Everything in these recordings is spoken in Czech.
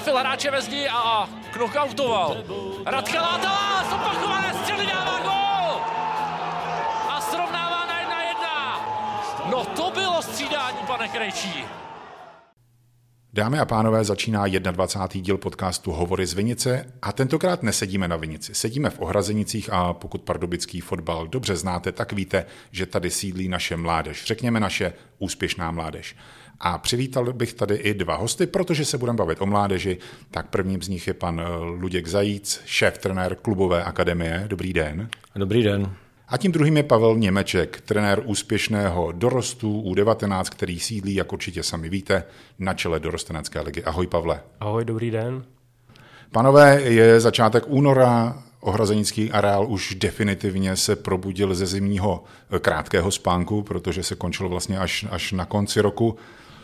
trefil hráče ve zdi a knockoutoval. Radka Látala, zopakované střely, dává gól! A srovnává na 1-1. No to bylo střídání, pane Krejčí. Dámy a pánové, začíná 21. díl podcastu Hovory z Vinice a tentokrát nesedíme na Vinici. Sedíme v Ohrazenicích a pokud pardubický fotbal dobře znáte, tak víte, že tady sídlí naše mládež, řekněme naše úspěšná mládež. A přivítal bych tady i dva hosty, protože se budeme bavit o mládeži. Tak prvním z nich je pan Luděk Zajíc, šéf-trenér klubové akademie. Dobrý den. Dobrý den. A tím druhým je Pavel Němeček, trenér úspěšného dorostu U19, který sídlí, jak určitě sami víte, na čele dorostenecké ligy. Ahoj, Pavle. Ahoj, dobrý den. Panové, je začátek února, Ohrazenický areál už definitivně se probudil ze zimního krátkého spánku, protože se končilo vlastně až na konci roku.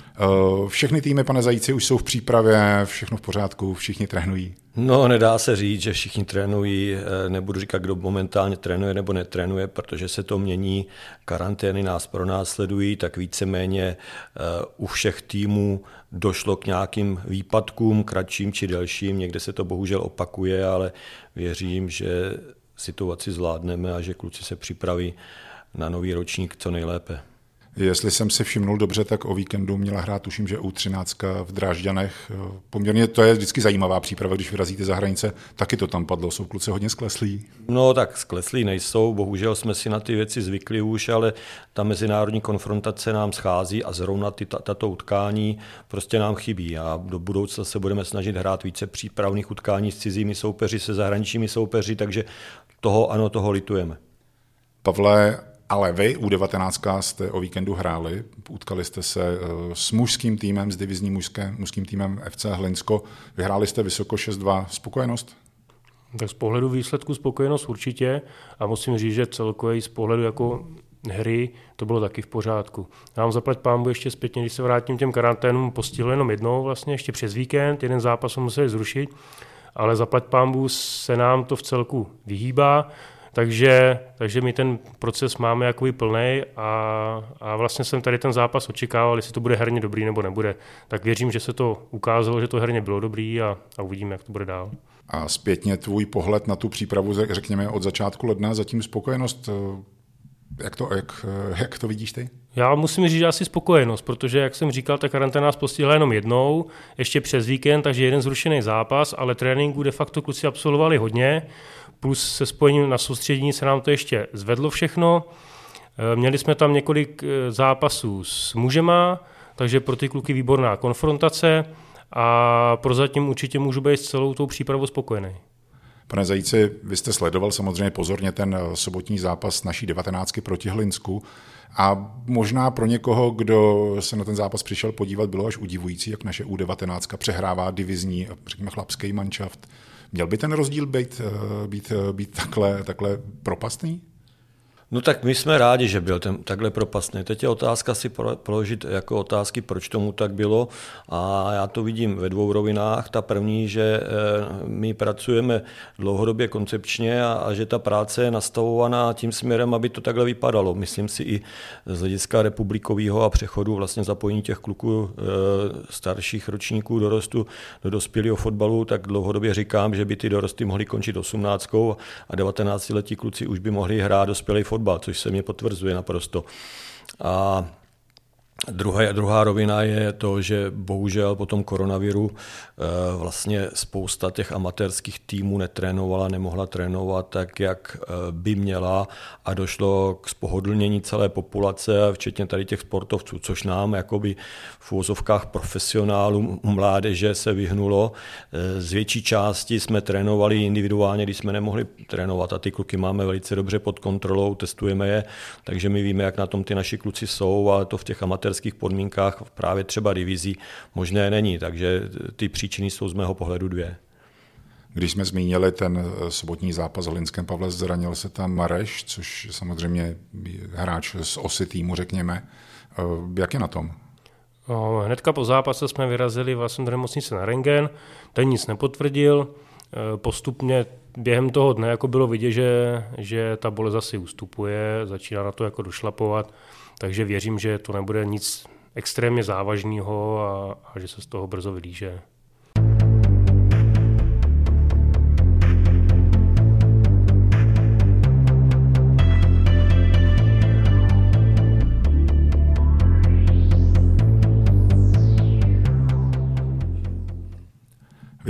Všechny týmy, pane Zajíci, už jsou v přípravě, všechno v pořádku, všichni trénují? No, nedá se říct, že všichni trénují, nebudu říkat, kdo momentálně trénuje nebo netrénuje, protože se to mění, karantény nás pronásledují, tak víceméně u všech týmů došlo k nějakým výpadkům, kratším či delším, někde se to bohužel opakuje, ale věřím, že situaci zvládneme a že kluci se připraví na nový ročník co nejlépe. Jestli jsem si všimnul dobře, tak o víkendu měla hrát, tuším, že U13 v Drážďanech. Poměrně to je vždycky zajímavá příprava, když vyrazíte za hranice, taky to tam padlo. Jsou kluci hodně skleslí? No tak skleslí nejsou, bohužel jsme si na ty věci zvykli už, ale ta mezinárodní konfrontace nám schází a zrovna tato utkání prostě nám chybí. A do budoucna se budeme snažit hrát více přípravných utkání s cizími soupeři, se zahraničními soupeři, takže toho litujeme. Pavle, ale vy, U19 jste o víkendu hráli, utkali jste se s mužským týmem, s divizním mužským týmem FC Hlinsko. Vyhráli jste vysoko 6-2. Spokojenost? Tak z pohledu výsledku spokojenost určitě a musím říct, že celkově z pohledu jako hry to bylo taky v pořádku. Já vám zaplať pánbu ještě zpětně, když se vrátím těm karanténům, postihlo jenom jednou vlastně ještě přes víkend, jeden zápas museli zrušit, ale zaplať pánbu se nám to v celku vyhýbá. Takže my ten proces máme jakoby plnej a vlastně jsem tady ten zápas očekával, jestli to bude herně dobrý nebo nebude. Tak věřím, že se to ukázalo, že to herně bylo dobrý a uvidíme, jak to bude dál. A zpětně tvůj pohled na tu přípravu, řekněme od začátku ledna, zatím spokojenost, jak to vidíš ty? Já musím říct, že asi spokojenost, protože, jak jsem říkal, ta karanténa nás postihla jenom jednou, ještě přes víkend, takže jeden zrušený zápas, ale tréninku de facto kluci absolvovali hodně, plus se spojením na soustředění se nám to ještě zvedlo všechno. Měli jsme tam několik zápasů s mužema, takže pro ty kluky výborná konfrontace a prozatím určitě můžu být s celou tou přípravou spokojený. Pane Zajíci, vy jste sledoval samozřejmě pozorně ten sobotní zápas naší 19 proti Hlinsku a možná pro někoho, kdo se na ten zápas přišel podívat, bylo až udivující, jak naše U19 přehrává divizní, řekněme chlapský manšaft. Měl by ten rozdíl být takhle propastný? No tak my jsme rádi, že byl takhle propastný. Teď je otázka si položit jako otázky, proč tomu tak bylo a já to vidím ve dvou rovinách. Ta první, že my pracujeme dlouhodobě koncepčně a že ta práce je nastavovaná tím směrem, aby to takhle vypadalo. Myslím si i z hlediska republikového a přechodu vlastně zapojení těch kluků starších ročníků dorostu do dospělého fotbalu, tak dlouhodobě říkám, že by ty dorosty mohly končit 18 a 19letí kluci už by mohli hrát dospělý fotbal, což se mě potvrzuje naprosto. A druhá rovina je to, že bohužel po tom koronaviru vlastně spousta těch amatérských týmů netrénovala, nemohla trénovat tak, jak by měla a došlo k spohodlnění celé populace, včetně tady těch sportovců, což nám jakoby v uvozovkách profesionálů mládeže se vyhnulo. Z větší části jsme trénovali individuálně, když jsme nemohli trénovat a ty kluky máme velice dobře pod kontrolou, testujeme je, takže my víme, jak na tom ty naši kluci jsou, ale to v těch amatérských podmínkách právě třeba divizí možné není, takže ty příčiny jsou z mého pohledu dvě. Když jsme zmínili ten sobotní zápas v Hlinském, Pavle, zranil se tam Mareš, což samozřejmě hráč z osy týmu, řekněme. Jak je na tom? Hnedka po zápase jsme vyrazili vlastně do nemocnice na rentgen, ten nic nepotvrdil. Postupně během toho dne jako bylo vidět, že ta bolest asi ustupuje, začíná na to jako došlapovat, takže věřím, že to nebude nic extrémně závažného a že se z toho brzo vylíže.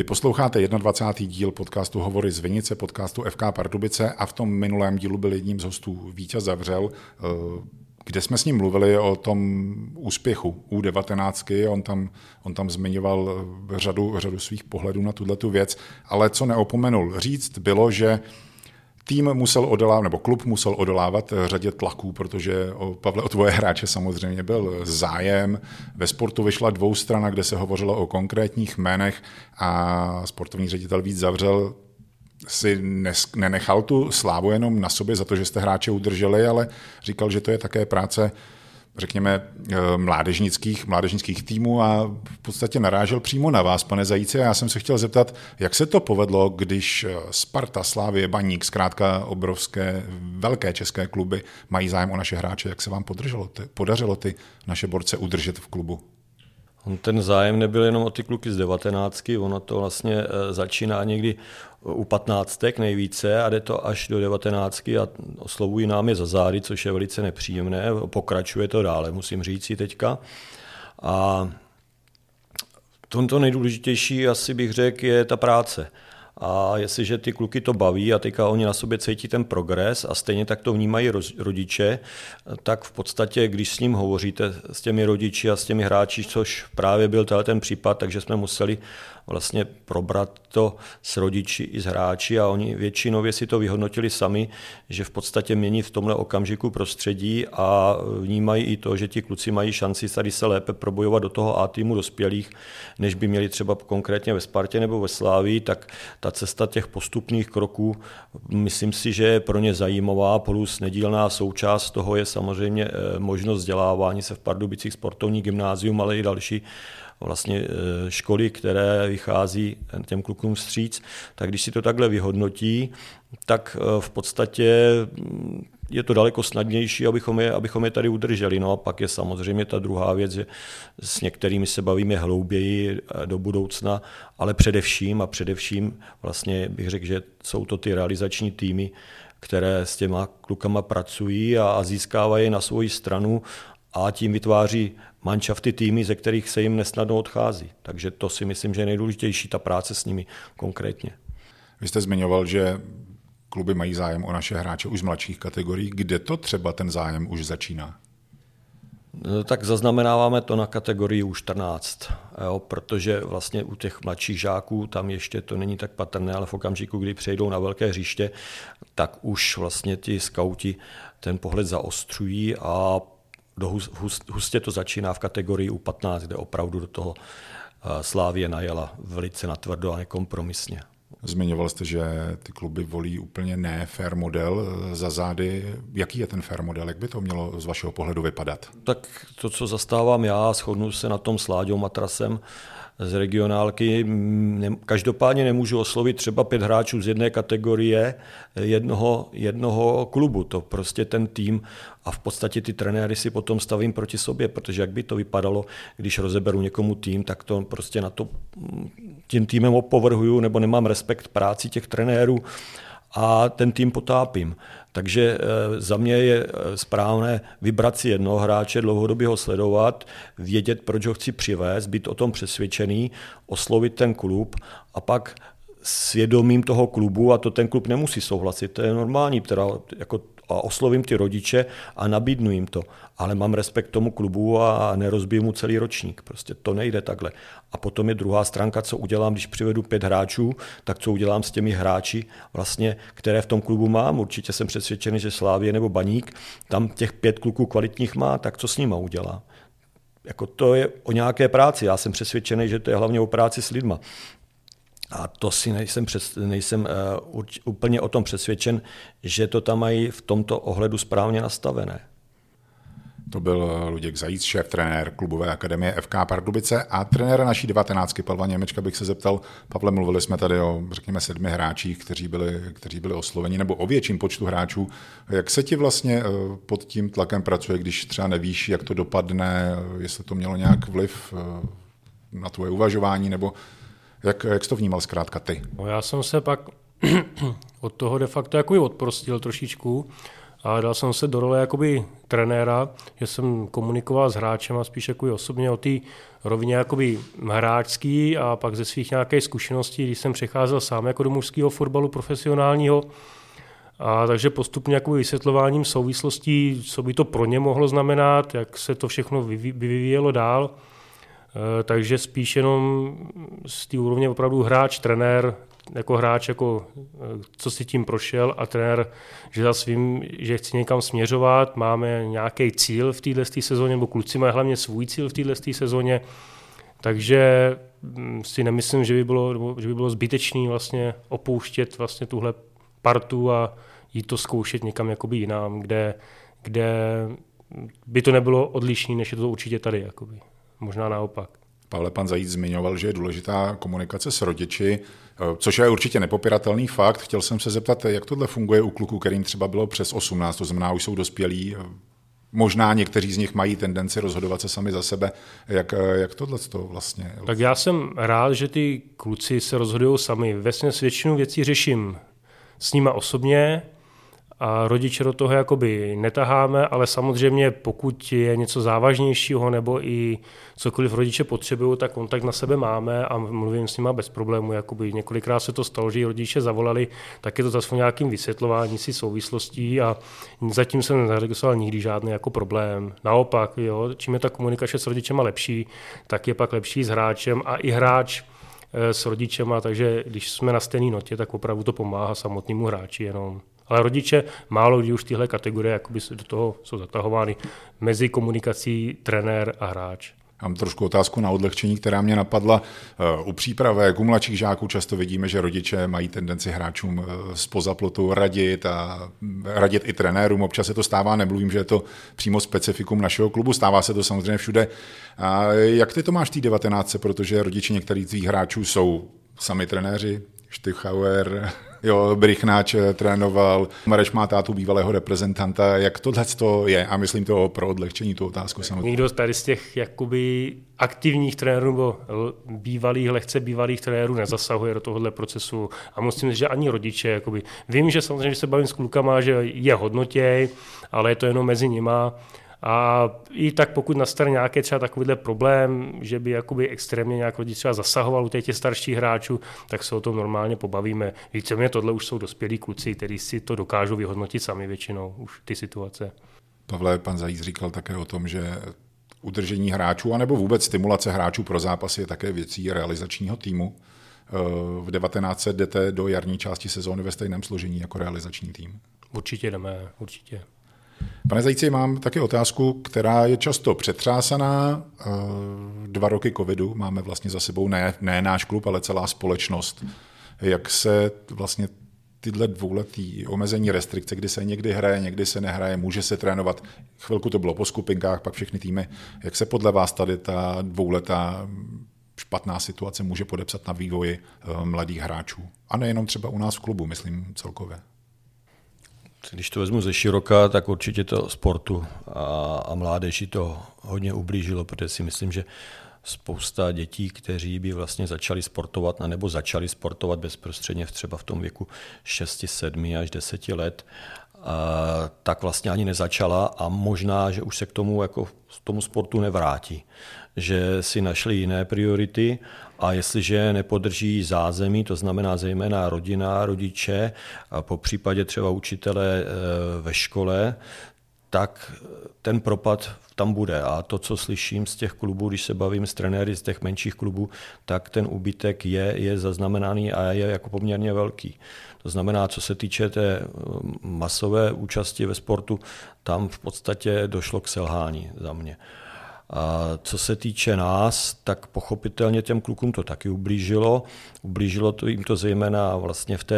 Vy posloucháte 21. díl podcastu Hovory z Vinice, podcastu FK Pardubice a v tom minulém dílu byl jedním z hostů Vítěz Zavřel, kde jsme s ním mluvili o tom úspěchu U19. On tam zmiňoval řadu svých pohledů na tuhletu věc, ale co neopomenul říct, bylo, že tým musel odolávat, nebo klub musel odolávat řadě tlaků, protože Pavle, o tvoje hráče samozřejmě byl zájem. Ve Sportu vyšla dvoustrana, kde se hovořilo o konkrétních jménech a sportovní ředitel Vít Zavřel si nenechal tu slávu jenom na sobě za to, že jste hráče udrželi, ale říkal, že to je také práce, řekněme, mládežnických týmů a v podstatě narážel přímo na vás, pane Zajíci. A já jsem se chtěl zeptat, jak se to povedlo, když Sparta, Slavie, Baník, zkrátka obrovské, velké české kluby mají zájem o naše hráče. Jak se vám podařilo ty naše borce udržet v klubu? Ten zájem nebyl jenom o ty kluky z 19, ono to vlastně začíná někdy u 15 nejvíce a jde to až do 19 a oslovují nám je za zády, což je velice nepříjemné, pokračuje to dále, musím říct si teďka. A to nejdůležitější, asi bych řekl, je ta práce. A jestliže ty kluky to baví a teďka oni na sobě cítí ten progres a stejně tak to vnímají rodiče, tak v podstatě, když s ním hovoříte s těmi rodiči a s těmi hráči, což právě byl ten případ, takže jsme museli vlastně probrat to s rodiči i s hráči a oni většinově si to vyhodnotili sami, že v podstatě mění v tomhle okamžiku prostředí a vnímají i to, že ti kluci mají šanci tady se lépe probojovat do toho A týmu dospělých, než by měli třeba konkrétně ve Spartě nebo ve Slávii, tak ta cesta těch postupných kroků, myslím si, že je pro ně zajímavá, plus nedílná součást toho je samozřejmě možnost vzdělávání se v Pardubicích, sportovní gymnázium, ale i další vlastně školy, které vychází těm klukům vstříc, tak když si to takhle vyhodnotí, tak v podstatě je to daleko snadnější, abychom je tady udrželi. No a pak je samozřejmě ta druhá věc, že s některými se bavíme hlouběji do budoucna, ale především vlastně bych řekl, že jsou to ty realizační týmy, které s těma klukama pracují a získávají na svoji stranu a tím vytváří manšafty týmy, ze kterých se jim nesnadno odchází. Takže to si myslím, že je nejdůležitější, ta práce s nimi konkrétně. Vy jste zmiňoval, že kluby mají zájem o naše hráče už z mladších kategorií. Kde to třeba ten zájem už začíná? Tak zaznamenáváme to na kategorii U14, protože vlastně u těch mladších žáků tam ještě to není tak patrné, ale v okamžiku, kdy přejdou na velké hřiště, tak už vlastně ti skauti ten pohled zaostřují a hustě to začíná v kategorii U15, kde opravdu do toho Slavie najela velice natvrdo a nekompromisně. Zmiňoval jste, že ty kluby volí úplně fair model za zády. Jaký je ten fair model? Jak by to mělo z vašeho pohledu vypadat? Tak to, co zastávám já, shodnu se na tom s Láďou Matrasem z regionálky. Každopádně nemůžu oslovit třeba 5 hráčů z jedné kategorie jednoho klubu. To prostě ten tým a v podstatě ty trenéry si potom stavím proti sobě, protože jak by to vypadalo, když rozeberu někomu tým, tak to prostě na to tím týmem opovrhuju nebo nemám respekt práci těch trenérů a ten tým potápím. Takže za mě je správné vybrat si jednoho hráče, dlouhodobě ho sledovat, vědět, proč ho chci přivést, být o tom přesvědčený, oslovit ten klub a pak svědomím toho klubu, a to ten klub nemusí souhlasit, to je normální, teda jako a oslovím ty rodiče a nabídnu jim to. Ale mám respekt tomu klubu a nerozbiju mu celý ročník. Prostě to nejde takhle. A potom je druhá stránka, co udělám, když přivedu 5 hráčů, tak co udělám s těmi hráči, vlastně, které v tom klubu mám. Určitě jsem přesvědčený, že Slavie nebo Baník tam těch 5 kluků kvalitních má, tak co s nima udělá? Jako to je o nějaké práci. Já jsem přesvědčený, že to je hlavně o práci s lidma. A to si nejsem úplně o tom přesvědčen, že to tam mají v tomto ohledu správně nastavené. To byl Luděk Zajíc, šéf trenér klubové akademie FK Pardubice a trenéra naší 19, Pavla Němečka, bych se zeptal. Pavle, mluvili jsme tady o, řekněme, 7 hráčích, kteří byli osloveni, nebo o větším počtu hráčů. Jak se ti vlastně pod tím tlakem pracuje, když třeba nevíš, jak to dopadne, jestli to mělo nějak vliv na tvoje uvažování, nebo jak jsi to vnímal zkrátka ty? No, já jsem se pak od toho de facto jako i odprostil trošičku a dal jsem se do role jakoby trenéra, že jsem komunikoval s hráčem a spíš jako osobně o té rovině jakoby hráčský a pak ze svých nějakých zkušeností, když jsem přecházel sám jako do mužského fotbalu profesionálního. A takže postupně jakoby vysvětlováním souvislostí, co by to pro ně mohlo znamenat, jak se to všechno vyvíjelo dál. Takže spíš jenom z té úrovně opravdu hráč, trenér, jako hráč, jako co si tím prošel a trenér, že zase vím, že chci někam směřovat, máme nějaký cíl v této sezóně, nebo kluci mají hlavně svůj cíl v této sezóně, takže si nemyslím, že by bylo zbytečný vlastně opouštět vlastně tuhle partu a jít to zkoušet někam jakoby jinam, kde by to nebylo odlišný, než je to určitě tady. Jakoby. Možná naopak. Pavle, pan Zajíc zmiňoval, že je důležitá komunikace s rodiči, což je určitě nepopiratelný fakt. Chtěl jsem se zeptat, jak tohle funguje u kluků, kterým třeba bylo přes 18, to znamená, už jsou dospělí. Možná někteří z nich mají tendenci rozhodovat se sami za sebe. Jak tohle to vlastně? Tak já jsem rád, že ty kluci se rozhodují sami. Většinu věcí řeším s nima osobně a rodiče do toho jakoby netaháme, ale samozřejmě pokud je něco závažnějšího nebo i cokoliv rodiče potřebují, tak kontakt na sebe máme a mluvím s nima bez problému. Jakoby několikrát se to stalo, že rodiče zavolali, tak je to zase nějakým vysvětlování si souvislostí a zatím jsem nezaregistroval nikdy žádný jako problém. Naopak, jo, čím je ta komunikace s rodičema lepší, tak je pak lepší s hráčem a i hráč s rodičema, takže když jsme na stejné notě, tak opravdu to pomáhá samotnému hráči jenom. Ale rodiče málo kdy už tyhle kategorie jakoby do toho jsou zatahovány mezi komunikací trenér a hráč. Mám trošku otázku na odlehčení, která mě napadla. U přípravek, u mladších žáků často vidíme, že rodiče mají tendenci hráčům zpoza plotu radit i trenérům. Občas se to stává, nemluvím, že je to přímo specifikum našeho klubu, stává se to samozřejmě všude. A jak ty to máš v té 19, protože rodiče některých tvých hráčů jsou sami trenéři, Štychauer, Brichnáč trénoval, Mareš má tátu bývalého reprezentanta. Jak tohle je? A myslím to pro odlehčení tu otázku samozřejmě. Nikdo tady z těch jakoby aktivních trenérů nebo lehce bývalých trenérů nezasahuje do tohohle procesu. A musím říct, že ani rodiče. Jakoby. Vím, že samozřejmě, že se bavím s klukama, že je hodnotěj, ale je to jenom mezi nima. A i tak pokud nastane nějaký třeba takovýhle problém, že by jakoby extrémně nějak rodič třeba zasahoval u těch starších hráčů, tak se o tom normálně pobavíme. Víceméně tohle už jsou dospělí kluci, kteří si to dokážou vyhodnotit sami většinou už ty situace. Pavle, pan Zajíc říkal také o tom, že udržení hráčů anebo vůbec stimulace hráčů pro zápasy je také věcí realizačního týmu. V 19 jdete do jarní části sezóny ve stejném složení jako realizační tým? Určitě jdeme, určitě. Pane Zajíci, mám taky otázku, která je často přetřásaná. 2 roky covidu máme vlastně za sebou ne náš klub, ale celá společnost. Jak se vlastně tyhle dvouletý omezení restrikce, kdy se někdy hraje, někdy se nehraje, může se trénovat, chvilku to bylo po skupinkách, pak všechny týmy. Jak se podle vás tady ta dvouletá špatná situace může podepsat na vývoji mladých hráčů? A nejenom třeba u nás v klubu, myslím celkově. Když to vezmu ze široka, tak určitě to sportu a mládeži to hodně ublížilo, protože si myslím, že spousta dětí, kteří by vlastně začali sportovat, nebo začali sportovat bezprostředně třeba v tom věku 6, 7 až 10 let, tak vlastně ani nezačala a možná, že už se k tomu sportu nevrátí. Že si našli jiné priority a jestliže nepodrží zázemí, to znamená zejména rodina, rodiče a po případě třeba učitelé ve škole, tak ten propad tam bude. A to, co slyším z těch klubů, když se bavím s trenéry z těch menších klubů, tak ten úbytek je zaznamenaný a je jako poměrně velký. To znamená, co se týče té masové účasti ve sportu, tam v podstatě došlo k selhání za mě. A co se týče nás, tak pochopitelně těm klukům to taky ublížilo. Ublížilo to jim to zejména vlastně v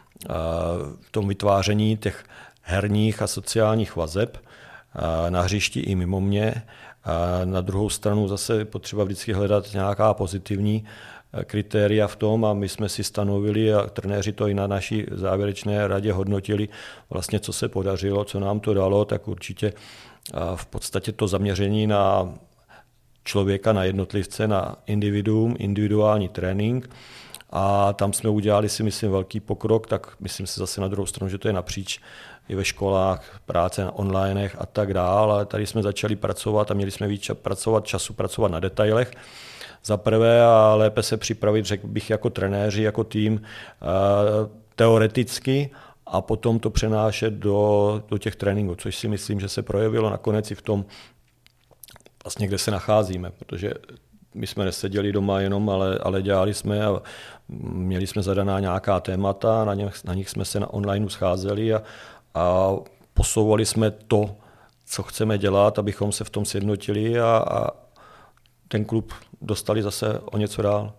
tom vytváření těch herních a sociálních vazeb na hřišti i mimo mě. A na druhou stranu zase potřeba vždycky hledat nějaká pozitivní kritéria v tom a my jsme si stanovili a trenéři to i na naší závěrečné radě hodnotili vlastně, co se podařilo, co nám to dalo, tak určitě v podstatě to zaměření na člověka, na jednotlivce, na individuum, individuální trénink a tam jsme udělali si myslím velký pokrok, tak myslím si zase na druhou stranu, že to je napříč i ve školách, práce na onlinech a tak dále, ale tady jsme začali pracovat a měli jsme víc pracovat na detailech. Za prvé a lépe se připravit, řekl bych, jako trenéři, jako tým teoreticky a potom to přenášet do těch tréninků, což si myslím, že se projevilo nakonec i v tom, vlastně, kde se nacházíme, protože my jsme neseděli doma jenom, ale dělali jsme a měli jsme zadaná nějaká témata, na nich jsme se na onlineu scházeli a posouvali jsme to, co chceme dělat, abychom se v tom sjednotili a ten klub dostali zase o něco dál.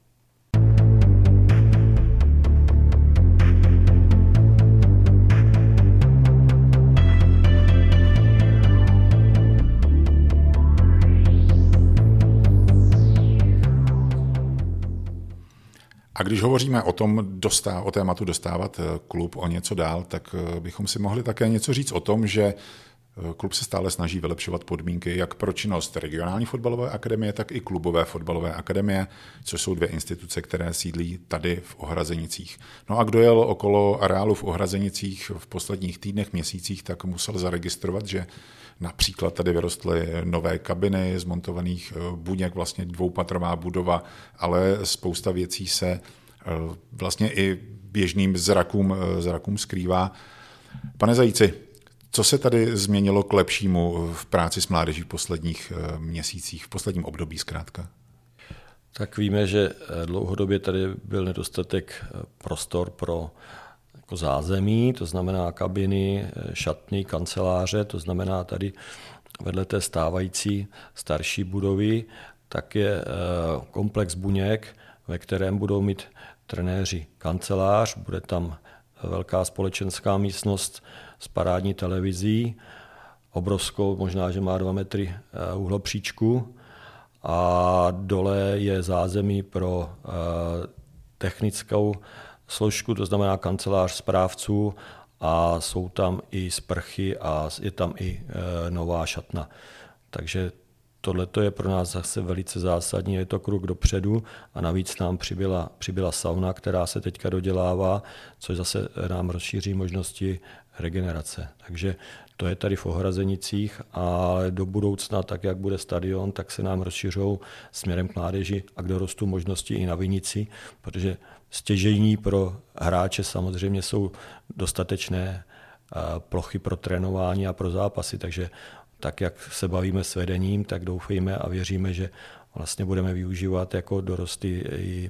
A když hovoříme o tématu dostávat klub o něco dál, tak bychom si mohli také něco říct o tom, že klub se stále snaží vylepšovat podmínky jak pro činnost regionální fotbalové akademie, tak i klubové fotbalové akademie, což jsou 2 instituce, které sídlí tady v Ohrazenicích. No a kdo jel okolo areálu v Ohrazenicích v posledních týdnech, měsících, tak musel zaregistrovat, že například tady vyrostly nové kabiny, zmontovaných buněk, vlastně 2patrová budova, ale spousta věcí se vlastně i běžným zrakům skrývá. Pane Zajíci, co se tady změnilo k lepšímu v práci s mládeží v posledních měsících, v posledním období zkrátka? Tak víme, že dlouhodobě tady byl nedostatek prostor pro jako zázemí, to znamená kabiny, šatny, kanceláře, to znamená tady vedle té stávající starší budovy, tak je komplex buněk, ve kterém budou mít trenéři kancelář, bude tam velká společenská místnost s parádní televizí, obrovskou, možná, že má 2 metry úhlopříčku a dole je zázemí pro technickou složku, to znamená kancelář správců a jsou tam i sprchy a je tam i nová šatna. Takže tohle je pro nás zase velice zásadní, je to krok dopředu a navíc nám přibyla sauna, která se teďka dodělává, což zase nám rozšíří možnosti regenerace. Takže to je tady v Ohrazenicích a do budoucna, tak jak bude stadion, tak se nám rozšiřují směrem k mládeži a k dorostu možnosti i na Vinici, protože stěžejní pro hráče samozřejmě jsou dostatečné plochy pro trénování a pro zápasy, takže tak, jak se bavíme s vedením, tak doufejme a věříme, že vlastně budeme využívat jako dorosty i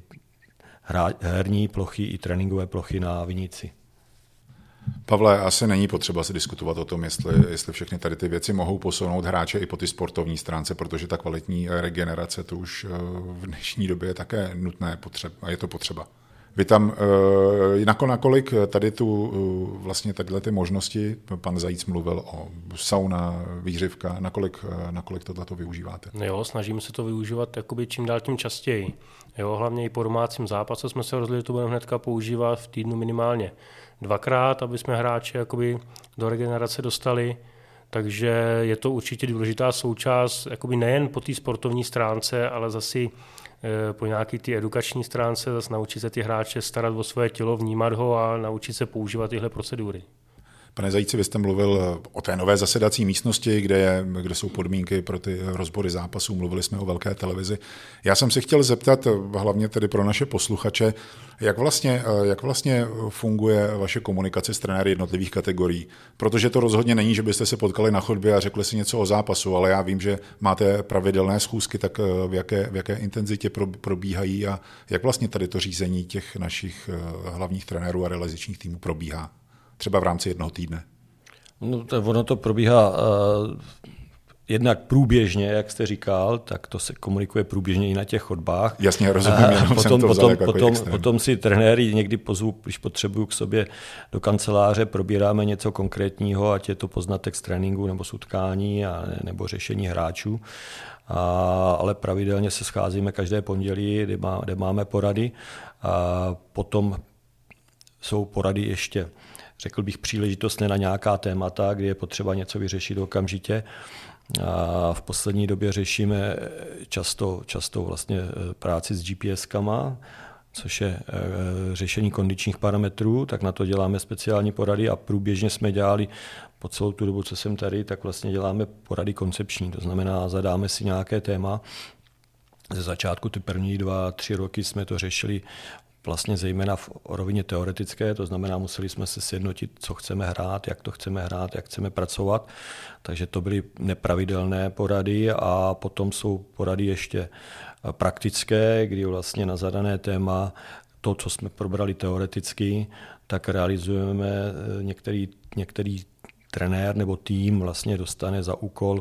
herní plochy, i tréninkové plochy na Vinici. Pavle, asi není potřeba si diskutovat o tom, jestli všechny tady ty věci mohou posunout hráče i po ty sportovní stránce, protože ta kvalitní regenerace to už v dnešní době je také nutné a je to potřeba. Vy tam nakolik tady vlastně tadyhle ty možnosti, pan Zajíc mluvil o sauna, výřivka, nakolik tohleto využíváte? Jo, snažíme se to využívat jakoby čím dál tím častěji. Jo, hlavně i po domácím zápase jsme se rozhodli, že to budeme hnedka používat v týdnu minimálně 2krát, aby jsme hráče jakoby do regenerace dostali. Takže je to určitě důležitá součást jakoby nejen po té sportovní stránce, ale zase po nějaké té edukační stránce zase naučit se ty hráče starat o svoje tělo, vnímat ho a naučit se používat tyhle procedury. Pane Zajíci, vy jste mluvil o té nové zasedací místnosti, kde jsou podmínky pro ty rozbory zápasů, mluvili jsme o velké televizi. Já jsem se chtěl zeptat, hlavně tedy pro naše posluchače, jak vlastně funguje vaše komunikace s trenéry jednotlivých kategorií. Protože to rozhodně není, že byste se potkali na chodbě a řekli si něco o zápasu, ale já vím, že máte pravidelné schůzky, tak v jaké intenzitě probíhají a jak vlastně tady to řízení těch našich hlavních trenérů a realizačních týmů probíhá? Třeba v rámci jednoho týdne? No, ono to probíhá jednak průběžně, jak jste říkal, tak to se komunikuje průběžně i na těch chodbách. Jasně, rozumím. Potom si trenéry někdy pozvu, když potřebuju k sobě do kanceláře, probíráme něco konkrétního, ať je to poznatek z tréninku nebo z utkání nebo řešení hráčů. Ale pravidelně se scházíme každé pondělí, kde máme porady. Potom jsou porady ještě, řekl bych, příležitostné na nějaká témata, kdy je potřeba něco vyřešit okamžitě. A v poslední době řešíme často vlastně práci s GPS-kama, což je řešení kondičních parametrů, tak na to děláme speciální porady a průběžně jsme dělali po celou tu dobu, co jsem tady, tak vlastně děláme porady koncepční, to znamená, zadáme si nějaké téma. Ze začátku ty první 2-3 roky jsme to řešili vlastně zejména v rovině teoretické, to znamená, museli jsme se sjednotit, co chceme hrát, jak to chceme hrát, jak chceme pracovat, takže to byly nepravidelné porady a potom jsou porady ještě praktické, kdy vlastně na zadané téma to, co jsme probrali teoreticky, tak realizujeme některý trenér nebo tým vlastně dostane za úkol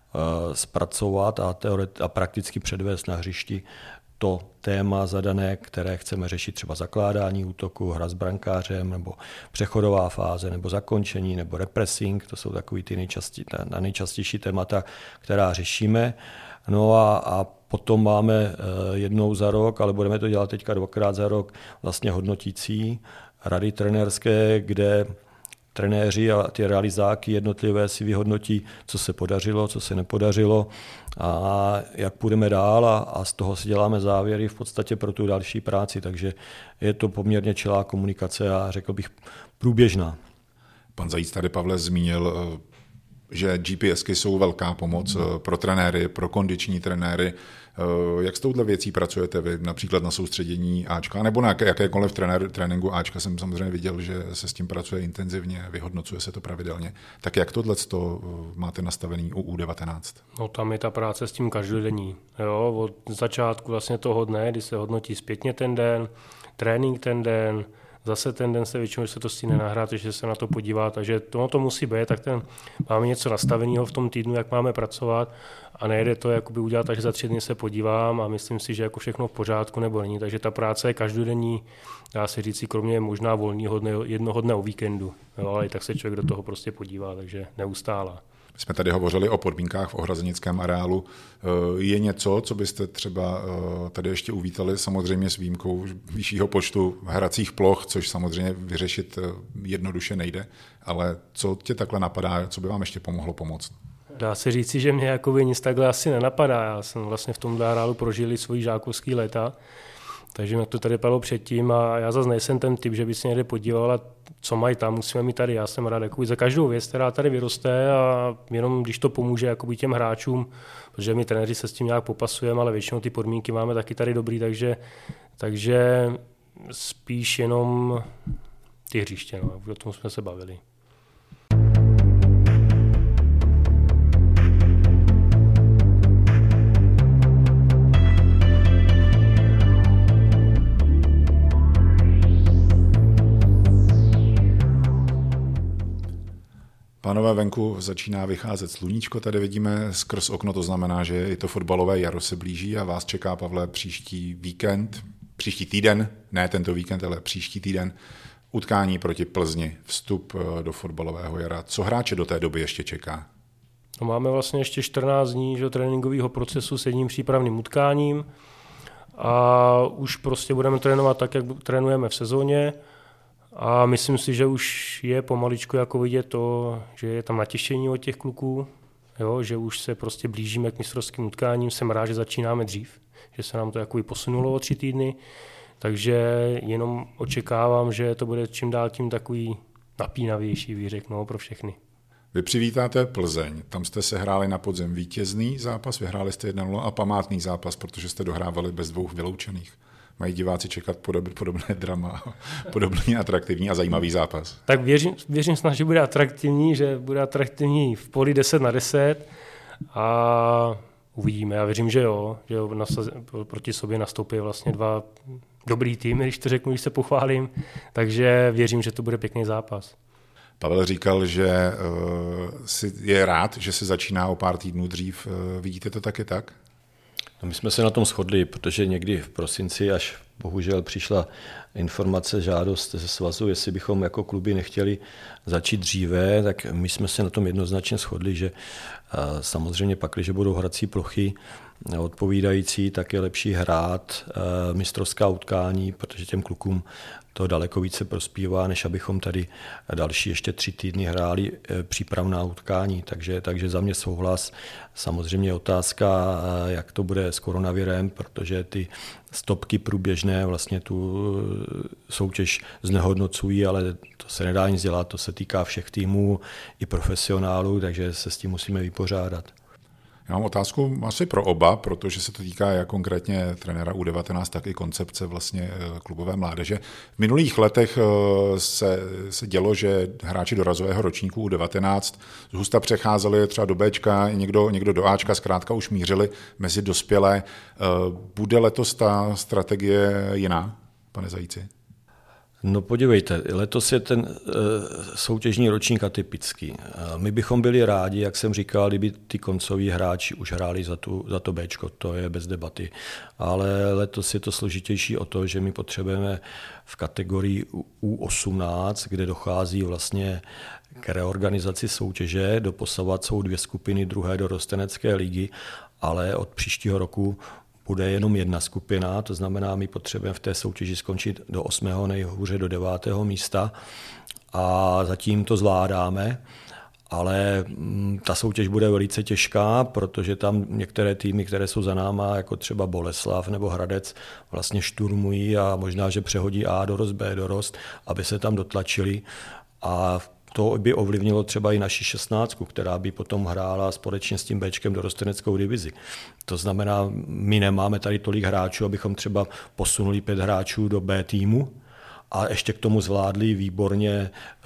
zpracovat a prakticky předvést na hřišti to téma zadané, které chceme řešit, třeba zakládání útoku, hra s brankářem, nebo přechodová fáze, nebo zakončení, nebo repressing, to jsou takový ty nejčastější témata, která řešíme. No a potom máme jednou za rok, ale budeme to dělat teďka 2krát za rok, vlastně hodnotící rady trenérské, kde trenéři a ty realizáky jednotlivé si vyhodnotí, co se podařilo, co se nepodařilo a jak půjdeme dál a z toho si děláme závěry v podstatě pro tu další práci, takže je to poměrně čilá komunikace a řekl bych průběžná. Pan Zajíc tady, Pavle, zmínil, že GPSky jsou velká pomoc pro trenéry, pro kondiční trenéry. Jak s touhle věcí pracujete vy, například na soustředění Ačka, nebo na jakékoliv tréninku Ačka jsem samozřejmě viděl, že se s tím pracuje intenzivně, vyhodnocuje se to pravidelně. Tak jak tohleto máte nastavený u U19? No tam je ta práce s tím každodenní. Jo, od začátku vlastně toho dne, kdy se hodnotí zpětně ten den, trénink ten den, zase ten den se většinou, že se to stihne nahrát, že se na to podívá, takže to musí být, tak máme něco nastaveného v tom týdnu, jak máme pracovat a nejde to jakoby udělat, takže za 3 dny se podívám a myslím si, že jako všechno v pořádku nebo není, takže ta práce je každodenní, dá se říct, kromě možná volného dne, jednoho dne o víkendu, jo, ale i tak se člověk do toho prostě podívá, takže neustále. My jsme tady hovořili o podmínkách v ohrazenickém areálu. Je něco, co byste třeba tady ještě uvítali, samozřejmě s výjimkou vyššího počtu hracích ploch, což samozřejmě vyřešit jednoduše nejde, ale co tě takhle napadá, co by vám ještě pomohlo pomoct? Dá se říci, že mě jakoby nic takhle asi nenapadá. Já jsem vlastně v tomhle areálu prožil svoji žákovský léta, takže mě to tady padlo předtím a já zase nejsem ten typ, že by se někde podíval a co mají tam, musíme mít tady. Já jsem rád jakoby za každou věc, která tady vyroste a jenom když to pomůže jakoby těm hráčům, protože my trenéři se s tím nějak popasujeme, ale většinou ty podmínky máme taky tady dobrý, takže spíš jenom ty hřiště, no, o tom jsme se bavili. Pánové, venku začíná vycházet sluníčko, tady vidíme skrz okno, to znamená, že i to fotbalové jaro se blíží a vás čeká, Pavle, příští týden, ne tento víkend, ale příští týden, utkání proti Plzni, vstup do fotbalového jara. Co hráče do té doby ještě čeká? No, máme vlastně ještě 14 dní tréninkového procesu s jedním přípravným utkáním a už prostě budeme trénovat tak, jak trénujeme v sezóně. A myslím si, že už je pomaličku jako vidět to, že je tam natěšení od těch kluků, jo, že už se prostě blížíme k mistrovským utkáním. Jsem rád, že začínáme dřív, že se nám to jako posunulo o 3 týdny, takže jenom očekávám, že to bude čím dál tím takový napínavější výřek pro všechny. Vy přivítáte Plzeň, tam jste se hráli na podzim vítězný zápas, vyhráli jste 1-0 a památný zápas, protože jste dohrávali bez 2 vyloučených. Mají diváci čekat podobné drama, podobný atraktivní a zajímavý zápas? Tak věřím snad, že bude atraktivní v poli 10/10 a uvidíme. Já věřím, že jo, proti sobě nastoupí vlastně 2 dobrý týmy, když to řeknu, když se pochválím, takže věřím, že to bude pěkný zápas. Pavel říkal, že je rád, že se začíná o pár týdnů dřív. Vidíte to taky tak? No, my jsme se na tom shodli, protože někdy v prosinci, až bohužel přišla informace, žádost ze svazu, jestli bychom jako kluby nechtěli začít dříve, tak my jsme se na tom jednoznačně shodli, že samozřejmě pak, když budou hrací plochy odpovídající, tak je lepší hrát mistrovská utkání, protože těm klukům to daleko více prospívá, než abychom tady další ještě 3 týdny hráli přípravná utkání. Takže za mě souhlas. Samozřejmě otázka, jak to bude s koronavirem, protože ty stopky průběžné vlastně tu soutěž znehodnocují, ale to se nedá nic dělat, to se týká všech týmů i profesionálů, takže se s tím musíme vypořádat. Já mám otázku asi pro oba, protože se to týká jak konkrétně trenéra U19, tak i koncepce vlastně klubové mládeže. V minulých letech se dělo, že hráči dorazového ročníku U19 z husta přecházeli třeba do Bčka, někdo do Ačka, zkrátka už mířili mezi dospělé. Bude letos ta strategie jiná, pane Zajíci? No podívejte, letos je ten soutěžní ročník atypický. My bychom byli rádi, jak jsem říkal, kdyby ty koncoví hráči už hráli za to Bčko, to je bez debaty. Ale letos je to složitější o to, že my potřebujeme v kategorii U18, kde dochází vlastně k reorganizaci soutěže, doposavad jsou 2 skupiny druhé dorostenecké ligy, ale od příštího roku bude jenom 1 skupina, to znamená, my potřebujeme v té soutěži skončit do 8., nejhůře do 9. místa a zatím to zvládáme, ale ta soutěž bude velice těžká, protože tam některé týmy, které jsou za náma, jako třeba Boleslav nebo Hradec, vlastně šturmují a možná, že přehodí A dorost, B dorost, aby se tam dotlačili a to by ovlivnilo třeba i naši 16, která by potom hrála společně s tím Bčkem dorosteneckou divizi. To znamená, my nemáme tady tolik hráčů, abychom třeba posunuli 5 hráčů do B týmu a ještě k tomu zvládli výborně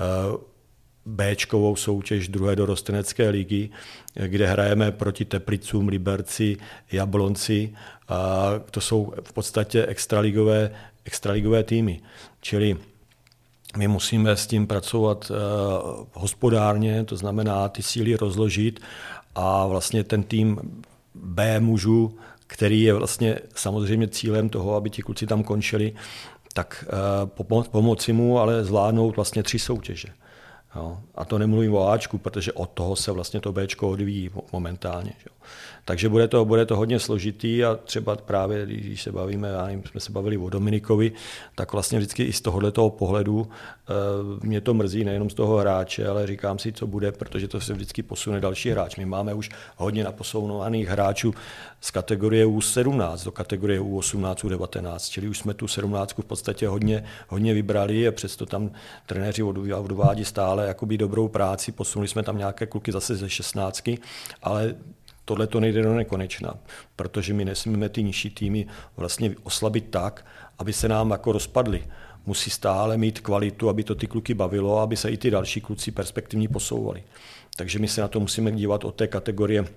Bčkovou soutěž druhé dorostenecké ligy, kde hrajeme proti Teplicům, Liberci, Jablonci. To jsou v podstatě extraligové týmy. Čili my musíme s tím pracovat hospodárně, to znamená ty síly rozložit a vlastně ten tým B mužů, který je vlastně samozřejmě cílem toho, aby ti kluci tam končili, tak pomoci mu, ale zvládnout vlastně 3 soutěže. Jo. A to nemluvím o Ačku, protože od toho se vlastně to Bčko odvíjí momentálně. Jo. Takže bude to hodně složitý a třeba právě, když se bavíme, jsme se bavili o Dominikovi, tak vlastně vždycky i z tohoto pohledu mě to mrzí, nejenom z toho hráče, ale říkám si, co bude, protože to se vždycky posune další hráč. My máme už hodně naposunovaných hráčů z kategorie U17 do kategorie U18, U19, čili už jsme tu 17 v podstatě hodně vybrali a přesto tam trenéři odvádí stále jakoby dobrou práci, posunuli jsme tam nějaké kluky zase ze 16, ale tohle to nejde do nekonečna, protože my nesmíme ty nižší týmy vlastně oslabit tak, aby se nám jako rozpadly. Musí stále mít kvalitu, aby to ty kluky bavilo, aby se i ty další kluci perspektivní posouvali. Takže my se na to musíme dívat od té kategorie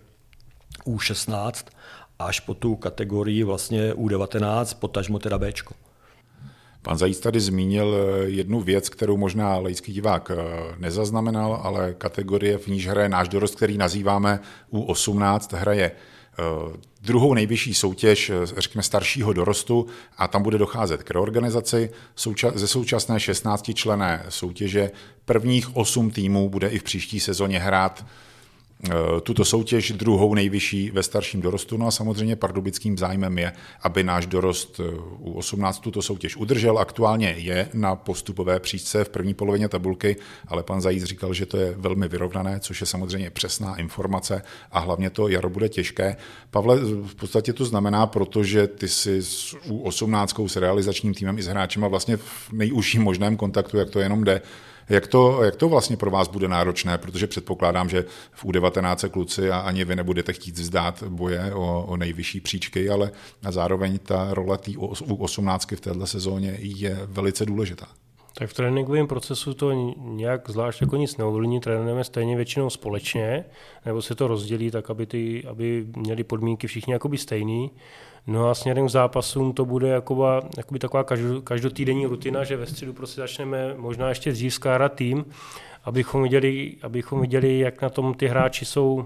U16 až po tu kategorii vlastně U19, potažmo teda Bčko. Pan Zajíc tady zmínil jednu věc, kterou možná laický divák nezaznamenal, ale kategorie, v níž hraje náš dorost, který nazýváme U18, hraje druhou nejvyšší soutěž, řekněme, staršího dorostu a tam bude docházet k reorganizaci. Ze současné 16členné soutěže prvních 8 týmů bude i v příští sezóně hrát tuto soutěž druhou nejvyšší ve starším dorostu. No a samozřejmě pardubickým zájmem je, aby náš dorost U18 tuto soutěž udržel. Aktuálně je na postupové příčce v první polovině tabulky, ale pan Zajíc říkal, že to je velmi vyrovnané, což je samozřejmě přesná informace a hlavně to jaro bude těžké. Pavle, v podstatě to znamená, protože ty jsi s U18 s realizačním týmem i s hráčema vlastně v nejužším možném kontaktu, jak to jenom jde. Jak to vlastně pro vás bude náročné, protože předpokládám, že v U19 kluci a ani vy nebudete chtít vzdát boje o nejvyšší příčky, ale zároveň ta role té U18 v této sezóně je velice důležitá. Tak v tréninkovém procesu to nějak zvlášť jako nic neovlivní, trénujeme stejně většinou společně, nebo se to rozdělí tak, aby měli podmínky všichni jakoby stejný. No a směrem k zápasům to bude jakoby taková každotýdenní rutina, že ve středu prostě začneme možná ještě dřív skládat tým, abychom viděli, jak na tom ty hráči jsou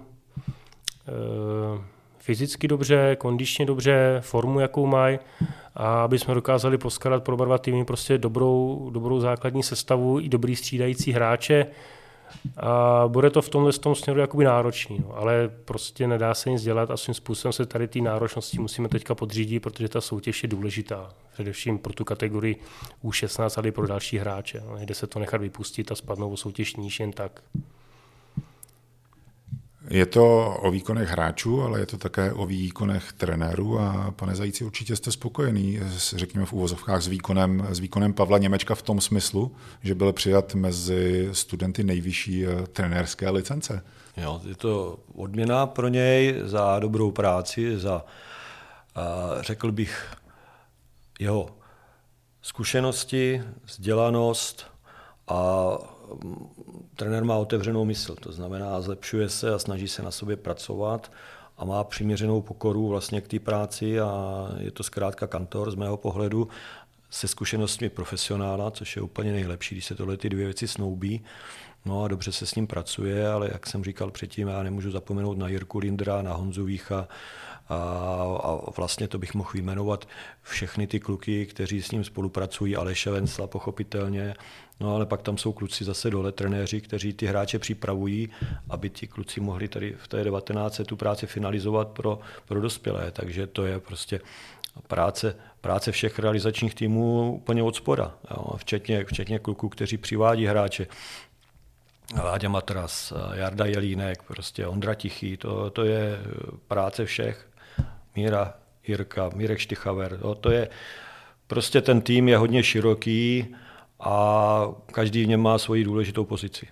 fyzicky dobře, kondičně dobře, formu jakou mají a aby jsme dokázali poskládat pro oba 2 týmy prostě dobrou základní sestavu i dobrý střídající hráče. A bude to v tom směru jakoby náročný, no. Ale prostě nedá se nic dělat a svým způsobem se tady té náročnosti musíme teďka podřídit, protože ta soutěž je důležitá, především pro tu kategorii U16, ale i pro další hráče. No. Nejde se to nechat vypustit a spadnout o soutěž níž jen tak. Je to o výkonech hráčů, ale je to také o výkonech trenérů a pane Zajíci, určitě jste spokojený, řekněme v úvozovkách, s výkonem Pavla Němečka v tom smyslu, že byl přijat mezi studenty nejvyšší trenérské licence. Jo, je to odměna pro něj za dobrou práci, za, řekl bych, jeho zkušenosti, vzdělanost a trenér má otevřenou mysl, to znamená zlepšuje se a snaží se na sobě pracovat a má přiměřenou pokoru vlastně k té práci a je to zkrátka kantor z mého pohledu se zkušenostmi profesionála, což je úplně nejlepší, když se tohle ty dvě věci snoubí. No a dobře se s ním pracuje, ale jak jsem říkal předtím, já nemůžu zapomenout na Jirku Lindra, na Honzu Vícha a vlastně to bych mohl vyjmenovat všechny ty kluky, kteří s ním spolupracují, Aleše Vencla pochopitelně, no ale pak tam jsou kluci zase dole, trenéři, kteří ty hráče připravují, aby ti kluci mohli tady v té 19 tu práci finalizovat pro dospělé, takže to je prostě práce všech realizačních týmů úplně od spoda, jo, včetně kluků, kteří přivádí hráče. Láďa Matras, Jarda Jelínek, prostě Ondra Tichý, to je práce všech. Míra Jirka, Mírek Štychaver, to je prostě ten tým je hodně široký a každý v něm má svoji důležitou pozici.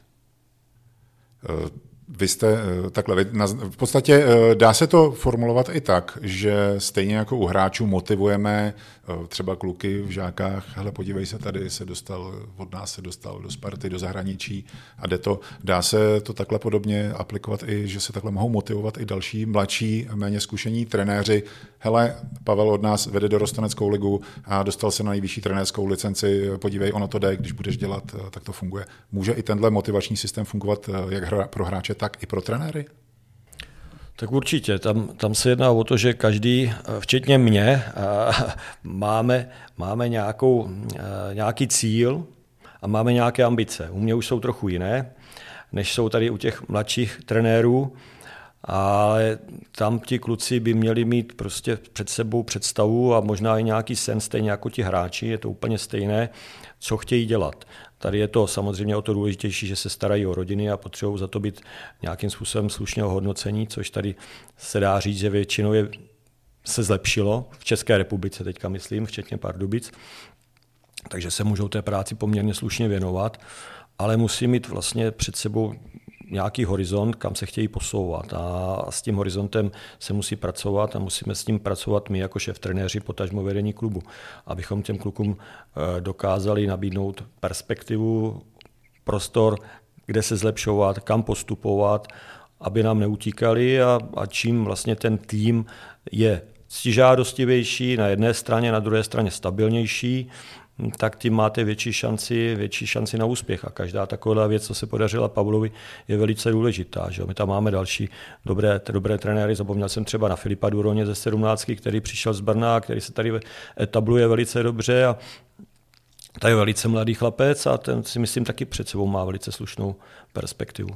Vy jste takhle, v podstatě dá se to formulovat i tak, že stejně jako u hráčů motivujeme třeba kluky v žákách, hele podívej se, tady od nás se dostal do Sparty, do zahraničí a jde to. Dá se to takhle podobně aplikovat i, že se takhle mohou motivovat i další mladší, méně zkušení trenéři. Hele, Pavel od nás vede dorosteneckou ligu a dostal se na nejvyšší trenérskou licenci, podívej, ono to jde, když budeš dělat, tak to funguje. Může i tenhle motivační systém fungovat jak pro hráče, tak i pro trenéry? Tak určitě, tam se jedná o to, že každý, včetně mě, máme nějaký cíl a máme nějaké ambice. U mě už jsou trochu jiné, než jsou tady u těch mladších trenérů, ale tam ti kluci by měli mít prostě před sebou představu a možná i nějaký sen, stejně jako ti hráči, je to úplně stejné, co chtějí dělat. Tady je to samozřejmě o to důležitější, že se starají o rodiny a potřebují za to být nějakým způsobem slušně ohodnocení, což tady se dá říct, že většinou se zlepšilo v České republice, teďka myslím, včetně Pardubic, takže se můžou té práci poměrně slušně věnovat, ale musí mít vlastně před sebou nějaký horizont, kam se chtějí posouvat a s tím horizontem se musí pracovat a musíme s tím pracovat my jako šéftrenéři, potažmo vedení klubu, abychom těm klukům dokázali nabídnout perspektivu, prostor, kde se zlepšovat, kam postupovat, aby nám neutíkali a čím vlastně ten tým je ctižádostivější na jedné straně, na druhé straně stabilnější, tak tím máte větší šanci na úspěch. A každá taková věc, co se podařila Pavlovi, je velice důležitá. Že? My tam máme další dobré trenéry. Zapomněl jsem třeba na Filipa Duroně ze 17, který přišel z Brna, který se tady etabluje velice dobře. A to je velice mladý chlapec a ten si myslím taky před sebou má velice slušnou perspektivu.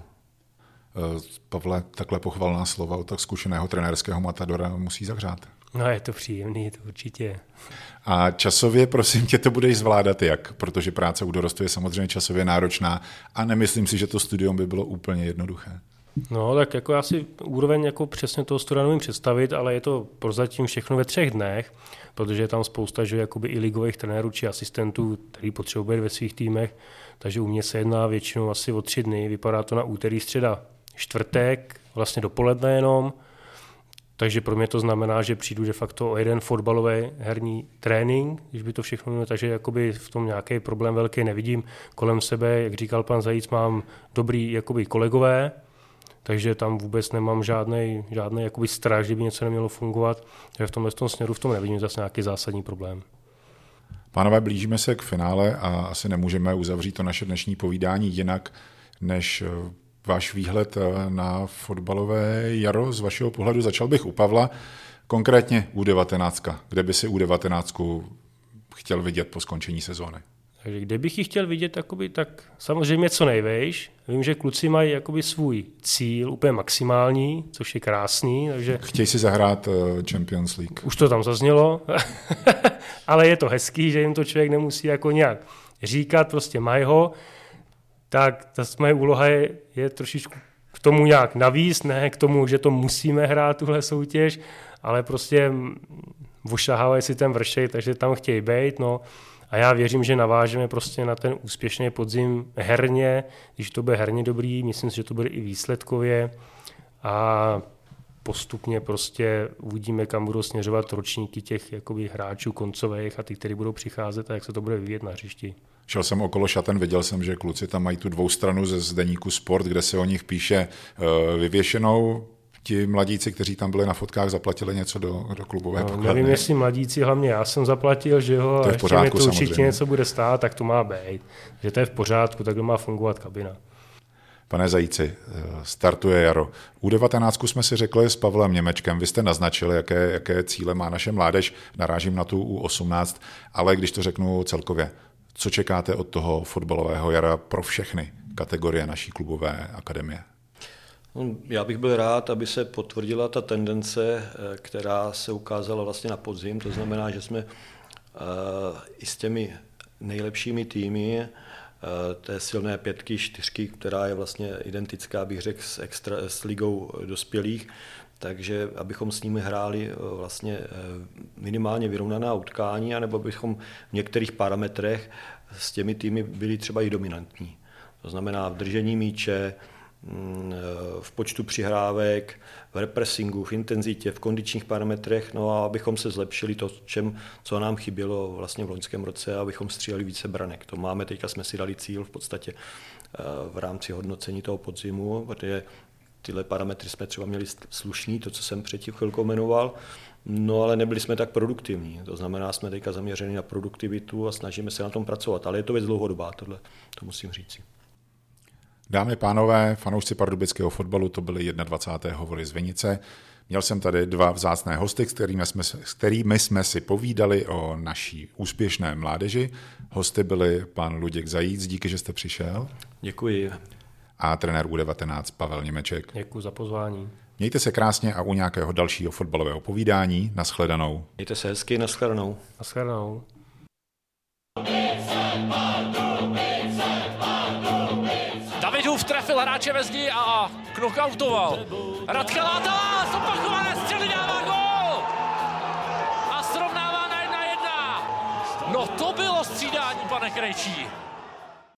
Pavle, takhle pochvalná slova od tak zkušeného trenérského matadora musí zahřát. No je to příjemný, to určitě. A časově, prosím tě, to budeš zvládat jak? Protože práce u dorostu je samozřejmě časově náročná a nemyslím si, že to studium by bylo úplně jednoduché. No tak jako já si úroveň jako přesně toho studia nevím představit, ale je to prozatím všechno ve 3 dnech, protože je tam spousta že jakoby i ligových trenérů či asistentů, který potřebují být ve svých týmech, takže u mě se jedná většinou asi o 3 dny, vypadá to na úterý, středa, čtvrtek, vlastně dopoledne jenom. Takže pro mě to znamená, že přijdu de facto o jeden fotbalový herní trénink, když by to všechno mělo, takže jakoby v tom nějaký problém velký nevidím. Kolem sebe, jak říkal pan Zajíc, mám dobrý jakoby kolegové, takže tam vůbec nemám žádný jakoby strach, že by něco nemělo fungovat. Takže v tomhle směru v tom nevidím zase nějaký zásadní problém. Pánové, blížíme se k finále a asi nemůžeme uzavřít to naše dnešní povídání jinak, než váš výhled na fotbalové jaro z vašeho pohledu. Začal bych u Pavla, konkrétně U19. Kde by si U19 chtěl vidět po skončení sezóny? Takže kde bych ji chtěl vidět, tak samozřejmě co nejvejš. Vím, že kluci mají jakoby svůj cíl úplně maximální, což je krásný. Takže chtějí si zahrát Champions League. Už to tam zaznělo, ale je to hezký, že jim to člověk nemusí jako nějak říkat, prostě mají ho. Tak ta moje úloha je trošičku k tomu nějak navíc, ne k tomu, že to musíme hrát tuhle soutěž, ale prostě ošahávají si ten vršek, takže tam chtějí být, no. A já věřím, že navážeme prostě na ten úspěšný podzim herně, když to bude herně dobrý, myslím si, že to bude i výsledkově a postupně prostě uvidíme, kam budou směřovat ročníky těch jakoby hráčů koncových a ty, kteří budou přicházet a jak se to bude vyvíjet na hřišti. Šel jsem okolo šaten, viděl jsem, že kluci tam mají tu dvoustranu ze deníku Sport, kde se o nich píše vyvěšenou. Ti mladíci, kteří tam byli na fotkách, zaplatili něco do klubové pokladny. Nevím, jestli mladíci, hlavně já jsem zaplatil, že jo, to je v pořádku, ještě mi to určitě něco bude stát, tak to má být. Že to je v pořádku, takhle má fungovat kabina. Pane Zajíci, startuje jaro. U19 jsme si řekli s Pavlem Němečkem, vy jste naznačili, jaké cíle má naše mládež, narážím na tu U18, ale když to řeknu celkově, co čekáte od toho fotbalového jara pro všechny kategorie naší klubové akademie? Já bych byl rád, aby se potvrdila ta tendence, která se ukázala vlastně na podzim, to znamená, že jsme i s těmi nejlepšími týmy té silné 5, 4, která je vlastně identická, bych řekl, s ligou dospělých, takže abychom s nimi hráli vlastně minimálně vyrovnaná utkání, anebo abychom v některých parametrech s těmi týmy byli třeba i dominantní. To znamená v držení míče, v počtu přihrávek, v repressingu, v intenzitě, v kondičních parametrech, no a abychom se zlepšili to, co nám chybělo vlastně v loňském roce, abychom stříleli více branek. To máme, teďka jsme si dali cíl v podstatě v rámci hodnocení toho podzimu, protože tyhle parametry jsme třeba měli slušný, to, co jsem předtím chvilkou jmenoval, no ale nebyli jsme tak produktivní. To znamená, jsme teďka zaměřeni na produktivitu a snažíme se na tom pracovat, ale je to věc dlouhodobá, tohle, to musím říci. Dámy pánové, fanoušci pardubického fotbalu, to byly 21. hovory z Vinice. Měl jsem tady 2 vzácné hosty, s kterými jsme si povídali o naší úspěšné mládeži. Hosty byli pan Luděk Zajíc, díky, že jste přišel. Děkuji. A trenér U19 Pavel Němeček. Děkuji za pozvání. Mějte se krásně a u nějakého dalšího fotbalového povídání. Naschledanou. Mějte se hezky, naschledanou. Naschledanou. Davidův trefil hráče ve zdi a knockoutoval. Radka Látala, zopakované střely, dává gól! A srovnává na 1:1. No to bylo střídání, pane Krejčí.